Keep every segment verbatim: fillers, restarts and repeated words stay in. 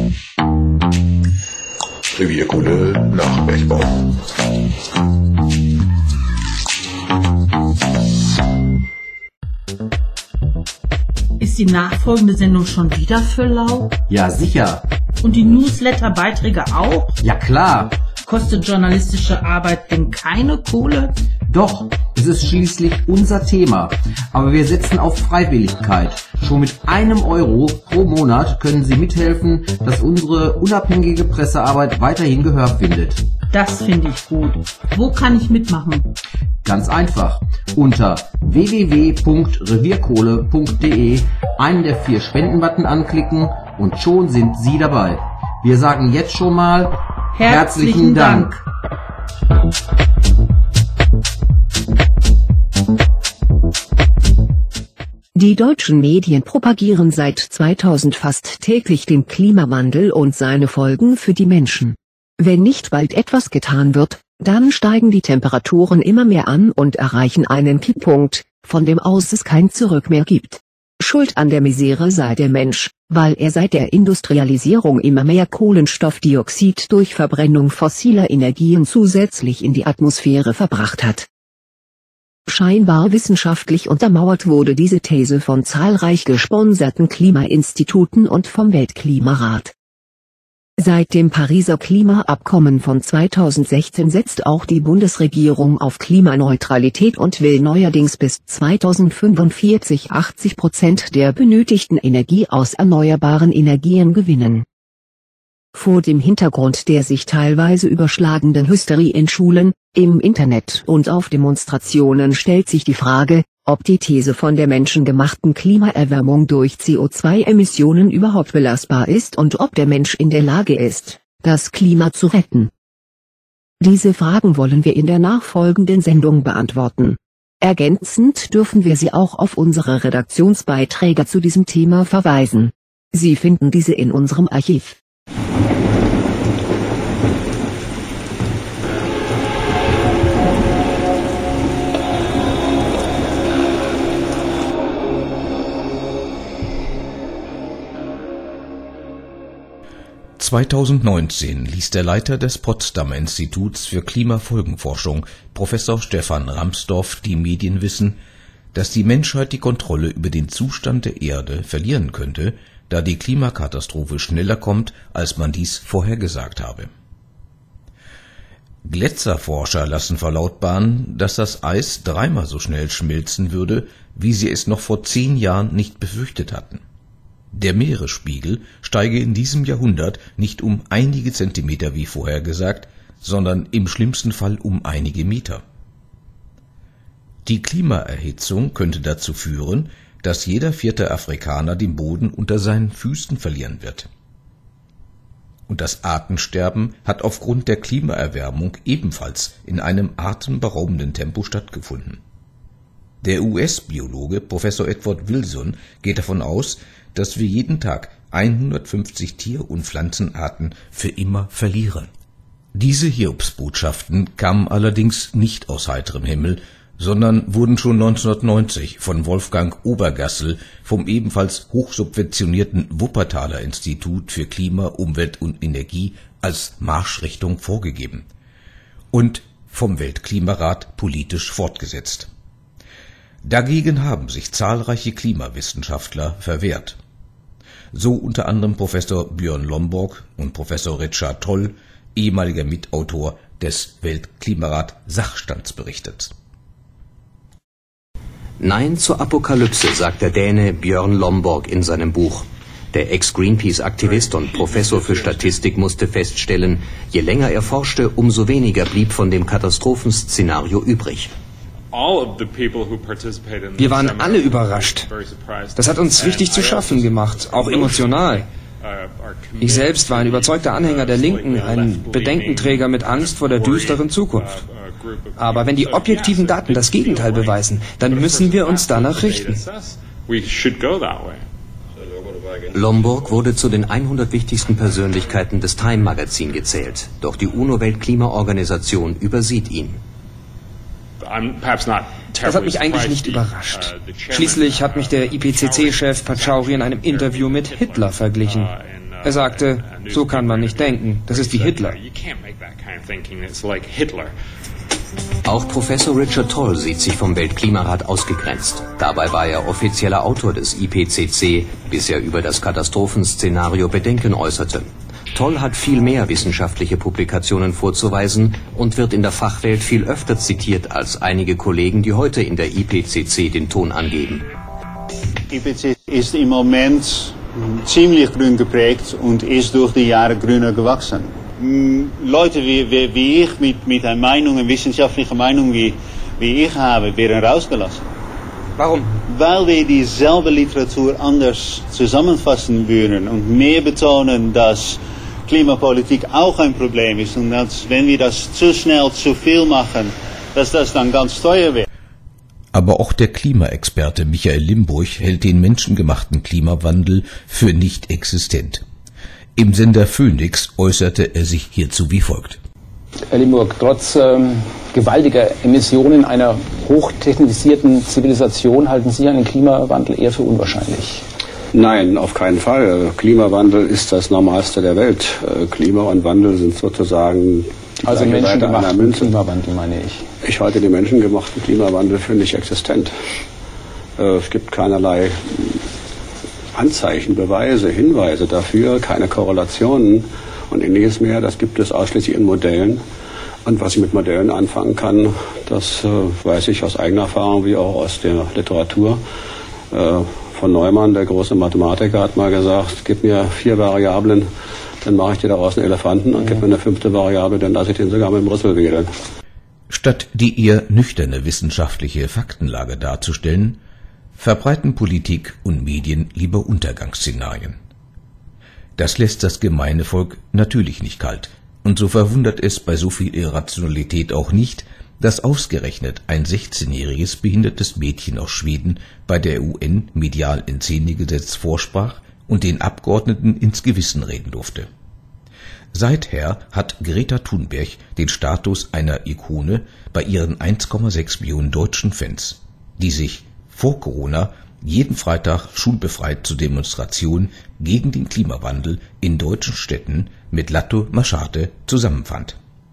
Revierkunde nach Bergbau. Ist die nachfolgende Sendung schon wieder für lau? Ja, sicher. Und die Newsletter-Beiträge auch? Ja, klar. Kostet journalistische Arbeit denn keine Kohle? Doch, es ist schließlich unser Thema. Aber wir setzen auf Freiwilligkeit. Schon mit einem Euro pro Monat können Sie mithelfen, dass unsere unabhängige Pressearbeit weiterhin Gehör findet. Das finde ich gut. Wo kann ich mitmachen? Ganz einfach. Unter w w w punkt revierkohle punkt de einen der vier Spendenbutton anklicken und schon sind Sie dabei. Wir sagen jetzt schon mal herzlichen, herzlichen Dank. Dank. Die deutschen Medien propagieren seit zweitausend fast täglich den Klimawandel und seine Folgen für die Menschen. Wenn nicht bald etwas getan wird, dann steigen die Temperaturen immer mehr an und erreichen einen Kipppunkt, von dem aus es kein Zurück mehr gibt. Schuld an der Misere sei der Mensch, weil er seit der Industrialisierung immer mehr Kohlenstoffdioxid durch Verbrennung fossiler Energien zusätzlich in die Atmosphäre verbracht hat. Scheinbar wissenschaftlich untermauert wurde diese These von zahlreich gesponserten Klimainstituten und vom Weltklimarat. Seit dem Pariser Klimaabkommen von zweitausendsechzehn setzt auch die Bundesregierung auf Klimaneutralität und will neuerdings bis zweitausendfünfundvierzig achtzig Prozent der benötigten Energie aus erneuerbaren Energien gewinnen. Vor dem Hintergrund der sich teilweise überschlagenden Hysterie in Schulen, im Internet und auf Demonstrationen stellt sich die Frage, ob die These von der menschengemachten Klimaerwärmung durch C O zwei Emissionen überhaupt belastbar ist und ob der Mensch in der Lage ist, das Klima zu retten. Diese Fragen wollen wir in der nachfolgenden Sendung beantworten. Ergänzend dürfen wir Sie auch auf unsere Redaktionsbeiträge zu diesem Thema verweisen. Sie finden diese in unserem Archiv. zweitausendneunzehn ließ der Leiter des Potsdamer Instituts für Klimafolgenforschung, Professor Stefan Ramsdorf, die Medien wissen, dass die Menschheit die Kontrolle über den Zustand der Erde verlieren könnte, da die Klimakatastrophe schneller kommt, als man dies vorhergesagt habe. Gletscherforscher lassen verlautbaren, dass das Eis dreimal so schnell schmelzen würde, wie sie es noch vor zehn Jahren nicht befürchtet hatten. Der Meeresspiegel steige in diesem Jahrhundert nicht um einige Zentimeter wie vorhergesagt, sondern im schlimmsten Fall um einige Meter. Die Klimaerhitzung könnte dazu führen, dass jeder vierte Afrikaner den Boden unter seinen Füßen verlieren wird. Und das Artensterben hat aufgrund der Klimaerwärmung ebenfalls in einem atemberaubenden Tempo stattgefunden. Der U S-Biologe Professor Edward Wilson geht davon aus, dass wir jeden Tag hundertfünfzig Tier- und Pflanzenarten für immer verlieren. Diese Hiobsbotschaften kamen allerdings nicht aus heiterem Himmel, sondern wurden schon neunzehnhundertneunzig von Wolfgang Obergassel vom ebenfalls hochsubventionierten Wuppertaler Institut für Klima, Umwelt und Energie als Marschrichtung vorgegeben und vom Weltklimarat politisch fortgesetzt. Dagegen haben sich zahlreiche Klimawissenschaftler verwehrt. So unter anderem Professor Björn Lomborg und Professor Richard Toll, ehemaliger Mitautor des Weltklimarat-Sachstandsberichtes. Nein zur Apokalypse, sagt der Däne Björn Lomborg in seinem Buch. Der Ex-Greenpeace-Aktivist und Professor für Statistik musste feststellen, je länger er forschte, umso weniger blieb von dem Katastrophenszenario übrig. Wir waren alle überrascht. Das hat uns richtig zu schaffen gemacht, auch emotional. Ich selbst war ein überzeugter Anhänger der Linken, ein Bedenkenträger mit Angst vor der düsteren Zukunft. Aber wenn die objektiven Daten das Gegenteil beweisen, dann müssen wir uns danach richten. Lomborg wurde zu den hundert wichtigsten Persönlichkeiten des Time-Magazin gezählt, doch die UNO-Weltklimaorganisation übersieht ihn. Das hat mich eigentlich nicht überrascht. Schließlich hat mich der I P C C-Chef Pachauri in einem Interview mit Hitler verglichen. Er sagte, so kann man nicht denken, das ist wie Hitler. Auch Professor Richard Toll sieht sich vom Weltklimarat ausgegrenzt. Dabei war er offizieller Autor des I P C C, bis er über das Katastrophenszenario Bedenken äußerte. Toll hat viel mehr wissenschaftliche Publikationen vorzuweisen und wird in der Fachwelt viel öfter zitiert als einige Kollegen, die heute in der I P C C den Ton angeben. I P C C ist im Moment ziemlich grün geprägt und ist durch die Jahre grüner gewachsen. Leute wie, wie, wie ich mit, mit einer Meinung, einer wissenschaftlichen Meinung wie, wie ich habe, werden rausgelassen. Warum? Weil wir dieselbe Literatur anders zusammenfassen würden und mehr betonen, dass Klimapolitik auch ein Problem ist und dass, wenn wir das zu schnell zu viel machen, dass das dann ganz teuer wird. Aber auch der Klimaexperte Michael Limburg hält den menschengemachten Klimawandel für nicht existent. Im Sender Phoenix äußerte er sich hierzu wie folgt. Herr Limburg, trotz ähm, gewaltiger Emissionen einer hochtechnisierten Zivilisation halten Sie einen Klimawandel eher für unwahrscheinlich? Nein, auf keinen Fall. Klimawandel ist das Normalste der Welt. Klima und Wandel sind sozusagen die also gleiche Seite einer Münze. Klimawandel meine ich. Ich halte den menschengemachten Klimawandel für nicht existent. Es gibt keinerlei Anzeichen, Beweise, Hinweise dafür, keine Korrelationen und ähnliches mehr. Das gibt es ausschließlich in Modellen. Und was ich mit Modellen anfangen kann, das äh, weiß ich aus eigener Erfahrung wie auch aus der Literatur. Äh, von Neumann, der große Mathematiker, hat mal gesagt, gib mir vier Variablen, dann mache ich dir daraus einen Elefanten und ja. Gib mir eine fünfte Variable, dann lasse ich den sogar mit Brüssel wedeln. Statt die eher nüchterne wissenschaftliche Faktenlage darzustellen, verbreiten Politik und Medien lieber Untergangsszenarien. Das lässt das gemeine Volk natürlich nicht kalt, und so verwundert es bei so viel Irrationalität auch nicht, dass ausgerechnet ein sechzehnjähriges behindertes Mädchen aus Schweden bei der U N medial in Szene gesetzt vorsprach und den Abgeordneten ins Gewissen reden durfte. Seither hat Greta Thunberg den Status einer Ikone bei ihren eins Komma sechs Millionen deutschen Fans, die sich vor Corona jeden Freitag schulbefreit zur Demonstration gegen den Klimawandel in deutschen Städten mit Latte Machete zusammenfand.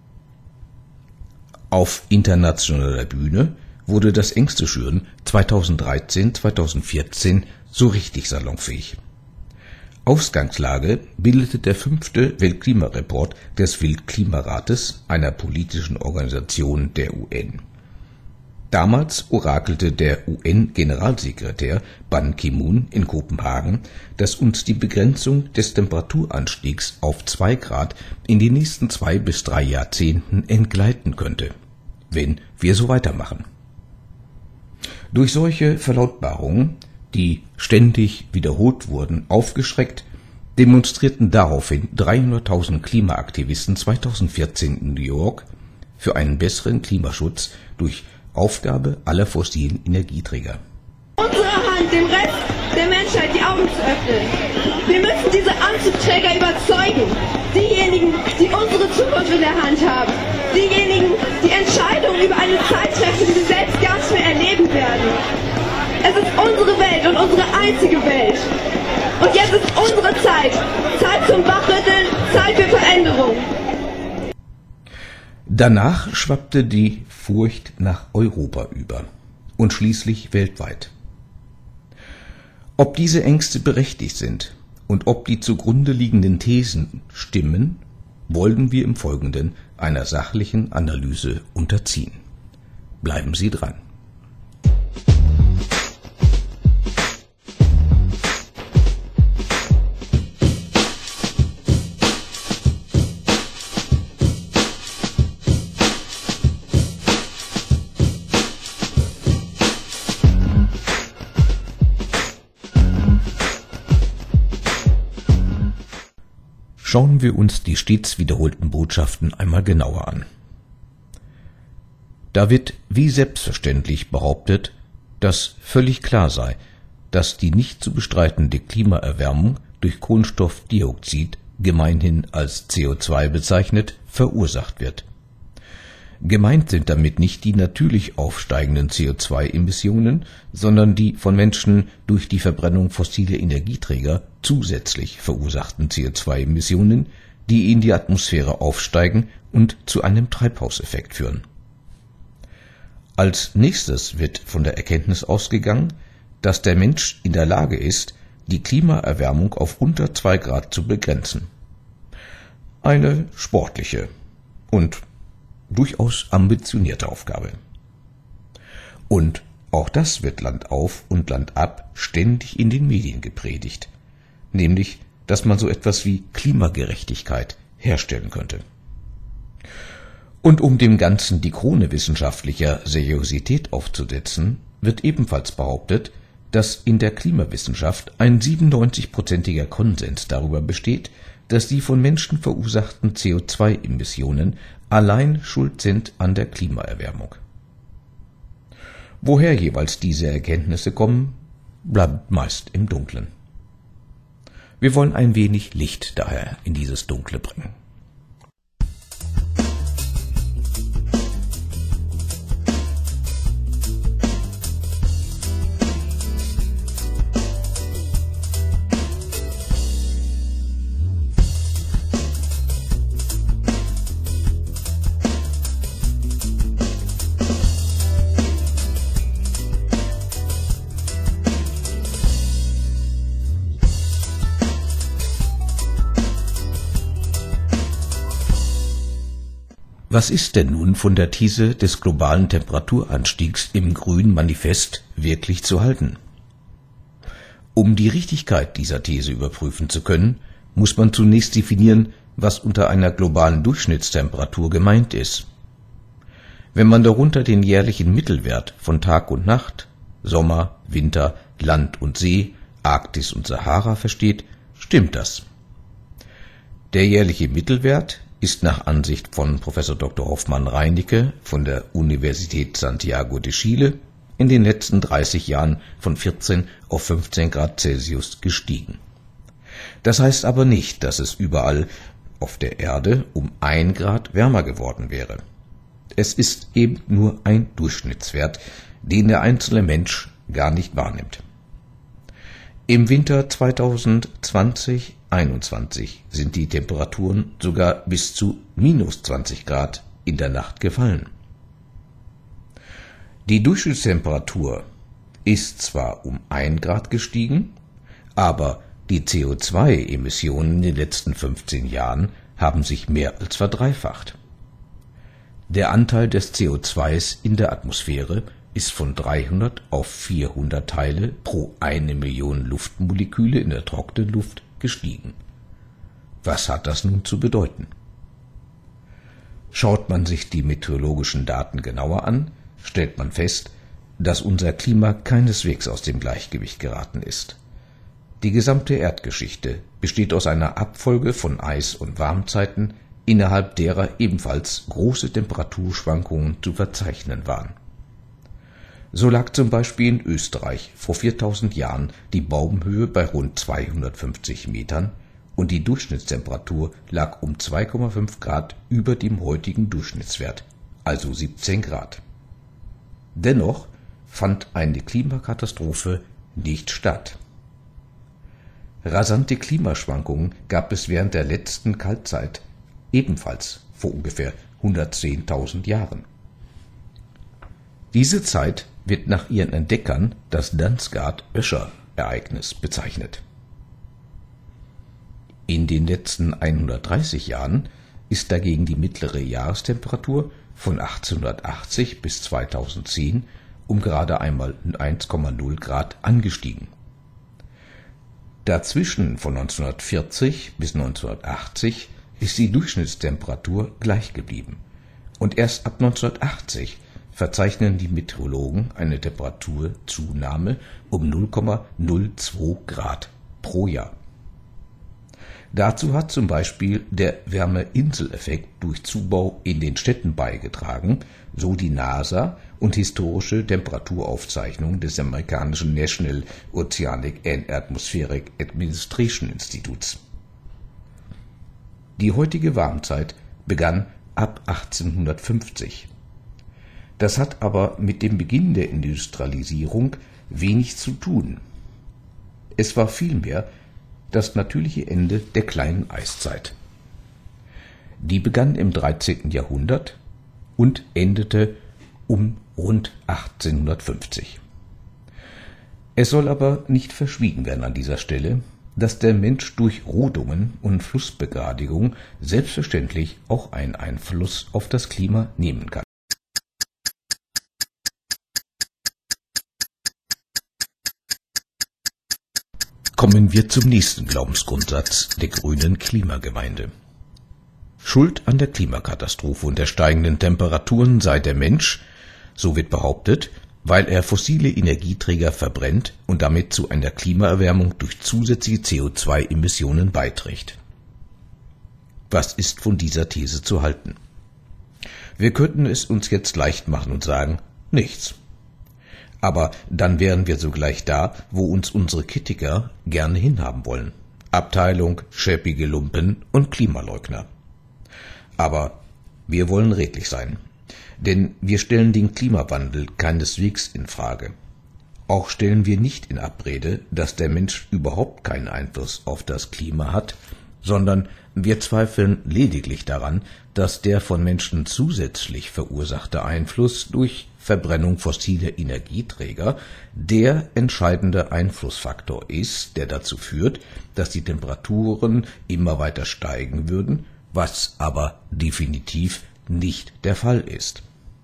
Auf internationaler Bühne wurde das Ängste-Schüren zweitausenddreizehn zweitausendvierzehn so richtig salonfähig. Ausgangslage bildete der fünfte Weltklimareport des Weltklimarates, einer politischen Organisation der U N. Damals orakelte der U N-Generalsekretär Ban Ki-moon in Kopenhagen, dass uns die Begrenzung des Temperaturanstiegs auf zwei Grad in den nächsten zwei bis drei Jahrzehnten entgleiten könnte, wenn wir so weitermachen. Durch solche Verlautbarungen, die ständig wiederholt wurden, aufgeschreckt, demonstrierten daraufhin dreihunderttausend Klimaaktivisten zweitausendvierzehn in New York für einen besseren Klimaschutz durch Aufgabe aller fossilen Energieträger. Unsere Hand, dem Rest der Menschheit die Augen zu öffnen. Wir müssen diese Anzugträger überzeugen. Diejenigen, die unsere Zukunft in der Hand haben. Diejenigen, die Entscheidungen über eine Zeit treffen, die sie selbst gar nicht mehr erleben werden. Es ist unsere Welt und unsere einzige Welt. Und jetzt ist unsere Zeit. Zeit zum Wachrütteln, Zeit für Veränderung. Danach schwappte die Furcht nach Europa über und schließlich weltweit. Ob diese Ängste berechtigt sind und ob die zugrunde liegenden Thesen stimmen, wollen wir im Folgenden einer sachlichen Analyse unterziehen. Bleiben Sie dran. Schauen wir uns die stets wiederholten Botschaften einmal genauer an. Da wird wie selbstverständlich behauptet, dass völlig klar sei, dass die nicht zu bestreitende Klimaerwärmung durch Kohlenstoffdioxid, gemeinhin als C O zwei bezeichnet, verursacht wird. Gemeint sind damit nicht die natürlich aufsteigenden C O zwei Emissionen, sondern die von Menschen durch die Verbrennung fossiler Energieträger zusätzlich verursachten C O zwei Emissionen, die in die Atmosphäre aufsteigen und zu einem Treibhauseffekt führen. Als nächstes wird von der Erkenntnis ausgegangen, dass der Mensch in der Lage ist, die Klimaerwärmung auf unter zwei Grad zu begrenzen. Eine sportliche und durchaus ambitionierte Aufgabe. Und auch das wird Land auf und Land ab ständig in den Medien gepredigt, nämlich, dass man so etwas wie Klimagerechtigkeit herstellen könnte. Und um dem Ganzen die Krone wissenschaftlicher Seriosität aufzusetzen, wird ebenfalls behauptet, dass in der Klimawissenschaft ein siebenundneunzig-prozentiger Konsens darüber besteht, dass die von Menschen verursachten C O zwei Emissionen allein schuld sind an der Klimaerwärmung. Woher jeweils diese Erkenntnisse kommen, bleibt meist im Dunkeln. Wir wollen ein wenig Licht daher in dieses Dunkle bringen. Was ist denn nun von der These des globalen Temperaturanstiegs im Grünen Manifest wirklich zu halten? Um die Richtigkeit dieser These überprüfen zu können, muss man zunächst definieren, was unter einer globalen Durchschnittstemperatur gemeint ist. Wenn man darunter den jährlichen Mittelwert von Tag und Nacht, Sommer, Winter, Land und See, Arktis und Sahara versteht, stimmt das. Der jährliche Mittelwert ist nach Ansicht von Professor Doktor Hoffmann-Reinicke von der Universität Santiago de Chile in den letzten dreißig Jahren von vierzehn auf fünfzehn Grad Celsius gestiegen. Das heißt aber nicht, dass es überall auf der Erde um ein Grad wärmer geworden wäre. Es ist eben nur ein Durchschnittswert, den der einzelne Mensch gar nicht wahrnimmt. Im Winter zweitausendzwanzig einundzwanzig sind die Temperaturen sogar bis zu minus zwanzig Grad in der Nacht gefallen. Die Durchschnittstemperatur ist zwar um ein Grad gestiegen, aber die C O zwei Emissionen in den letzten fünfzehn Jahren haben sich mehr als verdreifacht. Der Anteil des C O zwei in der Atmosphäre ist von dreihundert auf vierhundert Teile pro eine Million Luftmoleküle in der trockenen Luft gestiegen. Was hat das nun zu bedeuten? Schaut man sich die meteorologischen Daten genauer an, stellt man fest, dass unser Klima keineswegs aus dem Gleichgewicht geraten ist. Die gesamte Erdgeschichte besteht aus einer Abfolge von Eis- und Warmzeiten, innerhalb derer ebenfalls große Temperaturschwankungen zu verzeichnen waren. So lag zum Beispiel in Österreich vor viertausend Jahren die Baumhöhe bei rund zweihundertfünfzig Metern und die Durchschnittstemperatur lag um zwei Komma fünf Grad über dem heutigen Durchschnittswert, also siebzehn Grad. Dennoch fand eine Klimakatastrophe nicht statt. Rasante Klimaschwankungen gab es während der letzten Kaltzeit, ebenfalls vor ungefähr hundertzehntausend Jahren. Diese Zeit wird nach ihren Entdeckern das Dansgaard-Oeschger-Ereignis bezeichnet. In den letzten hundertdreißig Jahren ist dagegen die mittlere Jahrestemperatur von achtzehnhundertachtzig bis zweitausendzehn um gerade einmal eins Komma null Grad angestiegen. Dazwischen von neunzehnhundertvierzig bis neunzehnhundertachtzig ist die Durchschnittstemperatur gleich geblieben und erst ab neunzehnhundertachtzig verzeichnen die Meteorologen eine Temperaturzunahme um null Komma null zwei Grad pro Jahr. Dazu hat zum Beispiel der Wärmeinseleffekt durch Zubau in den Städten beigetragen, so die NASA und historische Temperaturaufzeichnungen des amerikanischen National Oceanic and Atmospheric Administration Institutes. Die heutige Warmzeit begann ab achtzehnhundertfünfzig. Das hat aber mit dem Beginn der Industrialisierung wenig zu tun. Es war vielmehr das natürliche Ende der kleinen Eiszeit. Die begann im dreizehnten Jahrhundert und endete um rund achtzehnhundertfünfzig. Es soll aber nicht verschwiegen werden an dieser Stelle, dass der Mensch durch Rodungen und Flussbegradigung selbstverständlich auch einen Einfluss auf das Klima nehmen kann. Kommen wir zum nächsten Glaubensgrundsatz der grünen Klimagemeinde. Schuld an der Klimakatastrophe und der steigenden Temperaturen sei der Mensch, so wird behauptet, weil er fossile Energieträger verbrennt und damit zu einer Klimaerwärmung durch zusätzliche C O zwei Emissionen beiträgt. Was ist von dieser These zu halten? Wir könnten es uns jetzt leicht machen und sagen, nichts. Aber dann wären wir sogleich da, wo uns unsere Kritiker gerne hinhaben wollen. Abteilung, schäbige Lumpen und Klimaleugner. Aber wir wollen redlich sein. Denn wir stellen den Klimawandel keineswegs in Frage. Auch stellen wir nicht in Abrede, dass der Mensch überhaupt keinen Einfluss auf das Klima hat, sondern wir zweifeln lediglich daran, dass der von Menschen zusätzlich verursachte Einfluss durch Verbrennung fossiler Energieträger der entscheidende Einflussfaktor ist, der dazu führt, dass die Temperaturen immer weiter steigen würden, was aber definitiv nicht der Fall ist.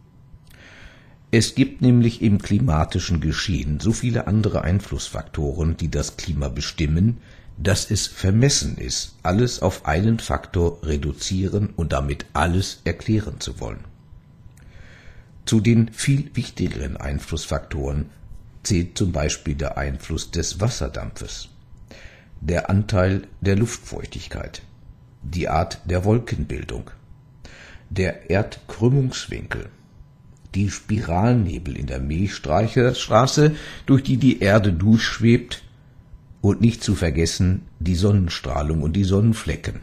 Es gibt nämlich im klimatischen Geschehen so viele andere Einflussfaktoren, die das Klima bestimmen, dass es vermessen ist, alles auf einen Faktor reduzieren und damit alles erklären zu wollen. Zu den viel wichtigeren Einflussfaktoren zählt zum Beispiel der Einfluss des Wasserdampfes, der Anteil der Luftfeuchtigkeit, die Art der Wolkenbildung, der Erdkrümmungswinkel, die Spiralnebel in der Milchstraße, durch die die Erde durchschwebt, und nicht zu vergessen die Sonnenstrahlung und die Sonnenflecken.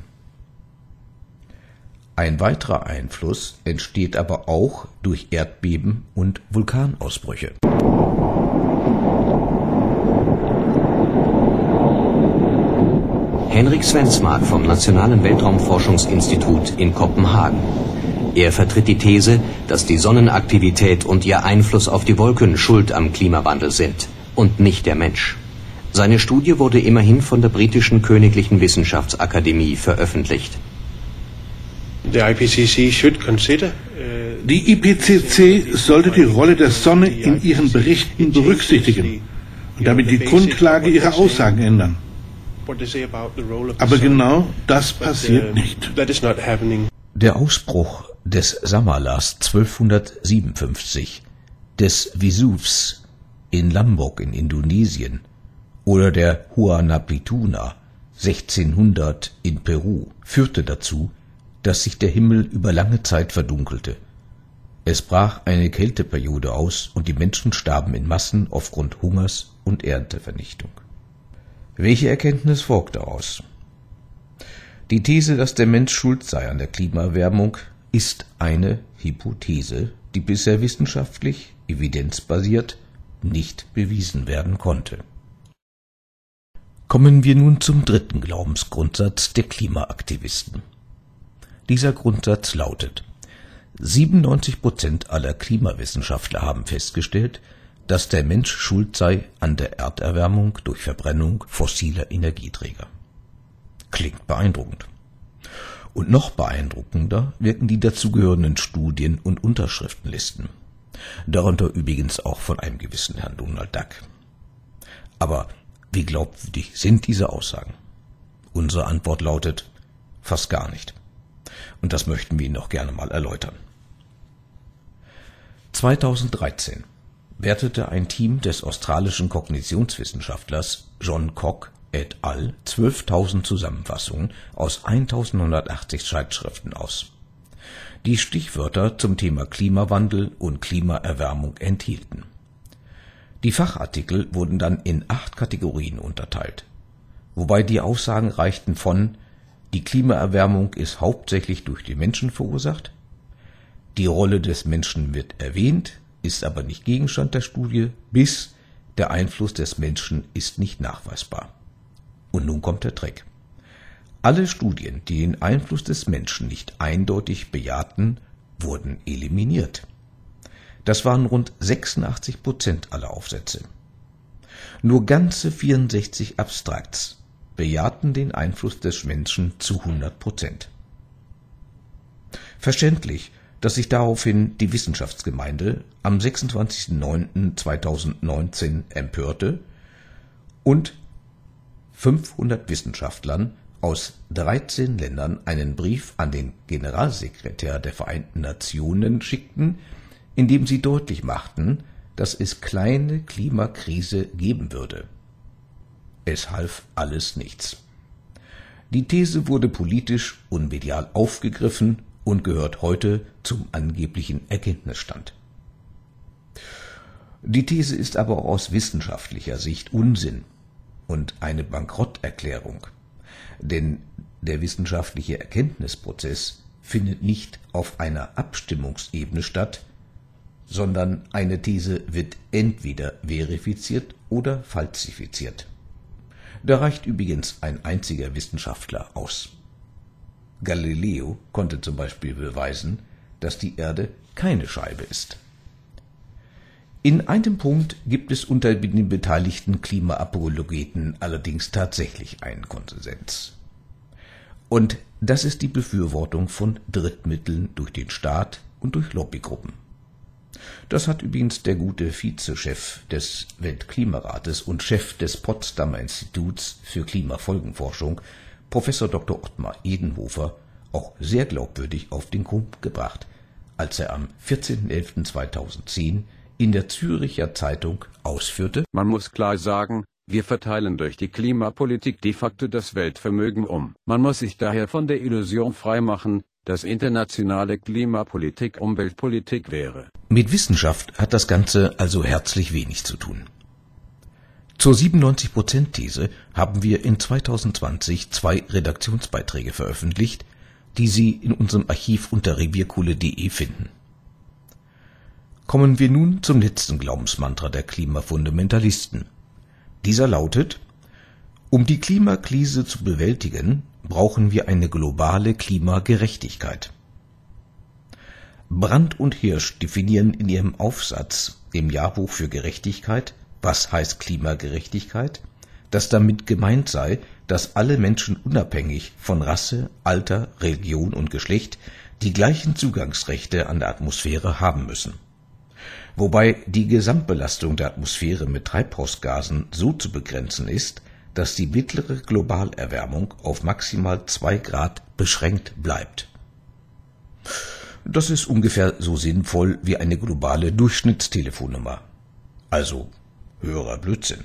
Ein weiterer Einfluss entsteht aber auch durch Erdbeben und Vulkanausbrüche. Henrik Svensmark vom Nationalen Weltraumforschungsinstitut in Kopenhagen. Er vertritt die These, dass die Sonnenaktivität und ihr Einfluss auf die Wolken schuld am Klimawandel sind und nicht der Mensch. Seine Studie wurde immerhin von der britischen Königlichen Wissenschaftsakademie veröffentlicht. Die I P C C sollte die Rolle der Sonne in ihren Berichten berücksichtigen und damit die Grundlage ihrer Aussagen ändern. Aber genau das passiert nicht. Der Ausbruch des Samalas zwölfhundertsiebenundfünfzig, des Vesuvs in Lombok in Indonesien oder der Huaynapituna sechzehnhundert in Peru führte dazu, dass sich der Himmel über lange Zeit verdunkelte. Es brach eine Kälteperiode aus und die Menschen starben in Massen aufgrund Hungers und Erntevernichtung. Welche Erkenntnis folgt daraus? Die These, dass der Mensch schuld sei an der Klimaerwärmung, ist eine Hypothese, die bisher wissenschaftlich, evidenzbasiert, nicht bewiesen werden konnte. Kommen wir nun zum dritten Glaubensgrundsatz der Klimaaktivisten. Dieser Grundsatz lautet: siebenundneunzig Prozent aller Klimawissenschaftler haben festgestellt, dass der Mensch schuld sei an der Erderwärmung durch Verbrennung fossiler Energieträger. Klingt beeindruckend. Und noch beeindruckender wirken die dazugehörenden Studien und Unterschriftenlisten. Darunter übrigens auch von einem gewissen Herrn Donald Duck. Aber wie glaubwürdig sind diese Aussagen? Unsere Antwort lautet: fast gar nicht. Und das möchten wir Ihnen noch gerne mal erläutern. zweitausenddreizehn wertete ein Team des australischen Kognitionswissenschaftlers John Cock et al. zwölftausend Zusammenfassungen aus eintausendneunhundertachtzig Zeitschriften aus, die Stichwörter zum Thema Klimawandel und Klimaerwärmung enthielten. Die Fachartikel wurden dann in acht Kategorien unterteilt, wobei die Aussagen reichten von: die Klimaerwärmung ist hauptsächlich durch die Menschen verursacht, Die Rolle des Menschen wird erwähnt, ist aber nicht Gegenstand der Studie, bis der Einfluss des Menschen ist nicht nachweisbar. Und nun kommt der Trick. Alle Studien, die den Einfluss des Menschen nicht eindeutig bejahten, wurden eliminiert. Das waren rund sechsundachtzig Prozent aller Aufsätze. Nur ganze vierundsechzig Abstracts bejahten den Einfluss des Menschen zu hundert Prozent. Verständlich, dass sich daraufhin die Wissenschaftsgemeinde am sechsundzwanzigsten neunten zweitausendneunzehn empörte und fünfhundert Wissenschaftlern aus dreizehn Ländern einen Brief an den Generalsekretär der Vereinten Nationen schickten, in dem sie deutlich machten, dass es keine Klimakrise geben würde. Es half alles nichts. Die These wurde politisch und medial aufgegriffen und gehört heute zum angeblichen Erkenntnisstand. Die These ist aber auch aus wissenschaftlicher Sicht Unsinn und eine Bankrotterklärung, denn der wissenschaftliche Erkenntnisprozess findet nicht auf einer Abstimmungsebene statt, sondern eine These wird entweder verifiziert oder falsifiziert. Da reicht übrigens ein einziger Wissenschaftler aus. Galileo konnte zum Beispiel beweisen, dass die Erde keine Scheibe ist. In einem Punkt gibt es unter den beteiligten Klimaapologeten allerdings tatsächlich einen Konsens. Und das ist die Befürwortung von Drittmitteln durch den Staat und durch Lobbygruppen. Das hat übrigens der gute Vizechef des Weltklimarates und Chef des Potsdamer Instituts für Klimafolgenforschung, Professor Doktor Ottmar Edenhofer, auch sehr glaubwürdig auf den Punkt gebracht, als er am vierzehnten elften zweitausendzehn in der Züricher Zeitung ausführte: Man muss klar sagen, wir verteilen durch die Klimapolitik de facto das Weltvermögen um. Man muss sich daher von der Illusion freimachen, dass internationale Klimapolitik Umweltpolitik wäre. Mit Wissenschaft hat das Ganze also herzlich wenig zu tun. Zur siebenundneunzig Prozent These haben wir in zweitausendzwanzig zwei Redaktionsbeiträge veröffentlicht, die Sie in unserem Archiv unter revierkohle punkt de finden. Kommen wir nun zum letzten Glaubensmantra der Klimafundamentalisten. Dieser lautet: Um die Klimakrise zu bewältigen, brauchen wir eine globale Klimagerechtigkeit. Brandt und Hirsch definieren in ihrem Aufsatz im Jahrbuch für Gerechtigkeit, was heißt Klimagerechtigkeit, dass damit gemeint sei, dass alle Menschen unabhängig von Rasse, Alter, Religion und Geschlecht die gleichen Zugangsrechte an der Atmosphäre haben müssen. Wobei die Gesamtbelastung der Atmosphäre mit Treibhausgasen so zu begrenzen ist, dass die mittlere Globalerwärmung auf maximal zwei Grad beschränkt bleibt. Das ist ungefähr so sinnvoll wie eine globale Durchschnittstelefonnummer. Also höherer Blödsinn.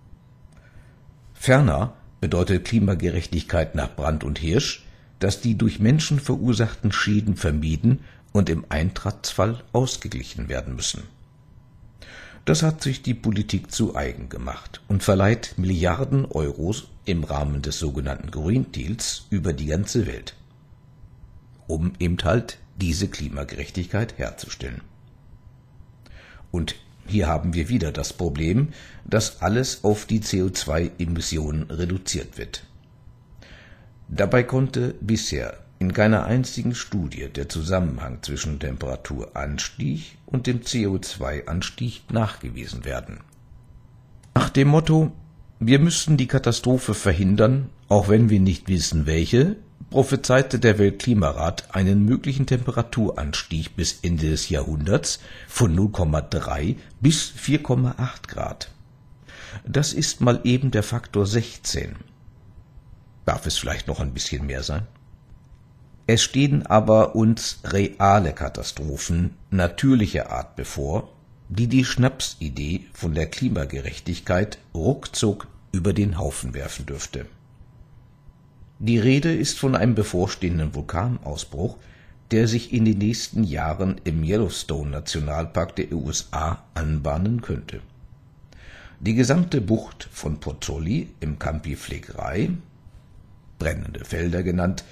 Ferner bedeutet Klimagerechtigkeit nach Brandt und Hirsch, dass die durch Menschen verursachten Schäden vermieden und im Eintrittsfall ausgeglichen werden müssen. Das hat sich die Politik zu eigen gemacht und verleiht Milliarden Euros im Rahmen des sogenannten Green Deals über die ganze Welt, um eben halt diese Klimagerechtigkeit herzustellen. Und hier haben wir wieder das Problem, dass alles auf die C O zwei Emissionen reduziert wird. Dabei konnte bisher in keiner einzigen Studie der Zusammenhang zwischen Temperaturanstieg und dem C O zwei Anstieg nachgewiesen werden. Nach dem Motto, wir müssten die Katastrophe verhindern, auch wenn wir nicht wissen welche, prophezeite der Weltklimarat einen möglichen Temperaturanstieg bis Ende des Jahrhunderts von null Komma drei bis vier Komma acht Grad. Das ist mal eben der Faktor sechzehn. Darf es vielleicht noch ein bisschen mehr sein? Es stehen aber uns reale Katastrophen natürlicher Art bevor, die die Schnapsidee von der Klimagerechtigkeit ruckzuck über den Haufen werfen dürfte. Die Rede ist von einem bevorstehenden Vulkanausbruch, der sich in den nächsten Jahren im Yellowstone-Nationalpark der U S A anbahnen könnte. Die gesamte Bucht von Pozzolli im Campi Flegrei, brennende Felder genannt,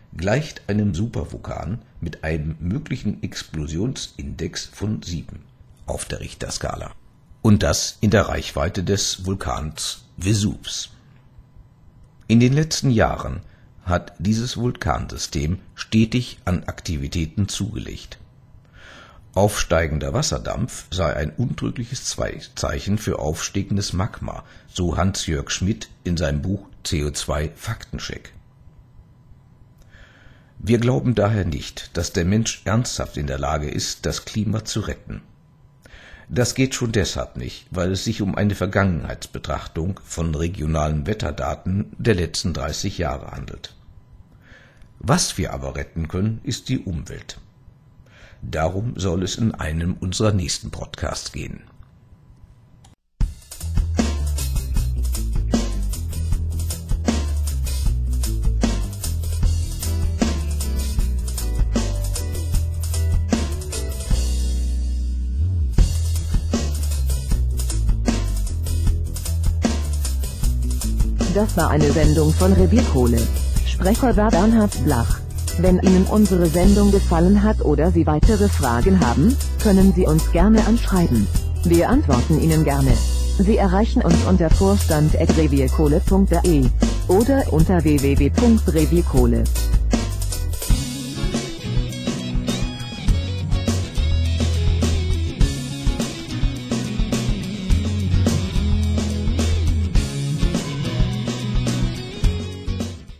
gleicht einem Supervulkan mit einem möglichen Explosionsindex von sieben auf der Richterskala. Und das in der Reichweite des Vulkans Vesuvs. In den letzten Jahren hat dieses Vulkansystem stetig an Aktivitäten zugelegt. Aufsteigender Wasserdampf sei ein untrügliches Zeichen für aufstiegendes Magma, so Hans-Jörg Schmidt in seinem Buch C O zwei Faktencheck. Wir glauben daher nicht, dass der Mensch ernsthaft in der Lage ist, das Klima zu retten. Das geht schon deshalb nicht, weil es sich um eine Vergangenheitsbetrachtung von regionalen Wetterdaten der letzten dreißig Jahre handelt. Was wir aber retten können, ist die Umwelt. Darum soll es in einem unserer nächsten Podcasts gehen. Das war eine Sendung von Revierkohle. Sprecher war Bernhard Blach. Wenn Ihnen unsere Sendung gefallen hat oder Sie weitere Fragen haben, können Sie uns gerne anschreiben. Wir antworten Ihnen gerne. Sie erreichen uns unter vorstand at revierkohle punkt de oder unter w w w punkt revierkohle punkt de.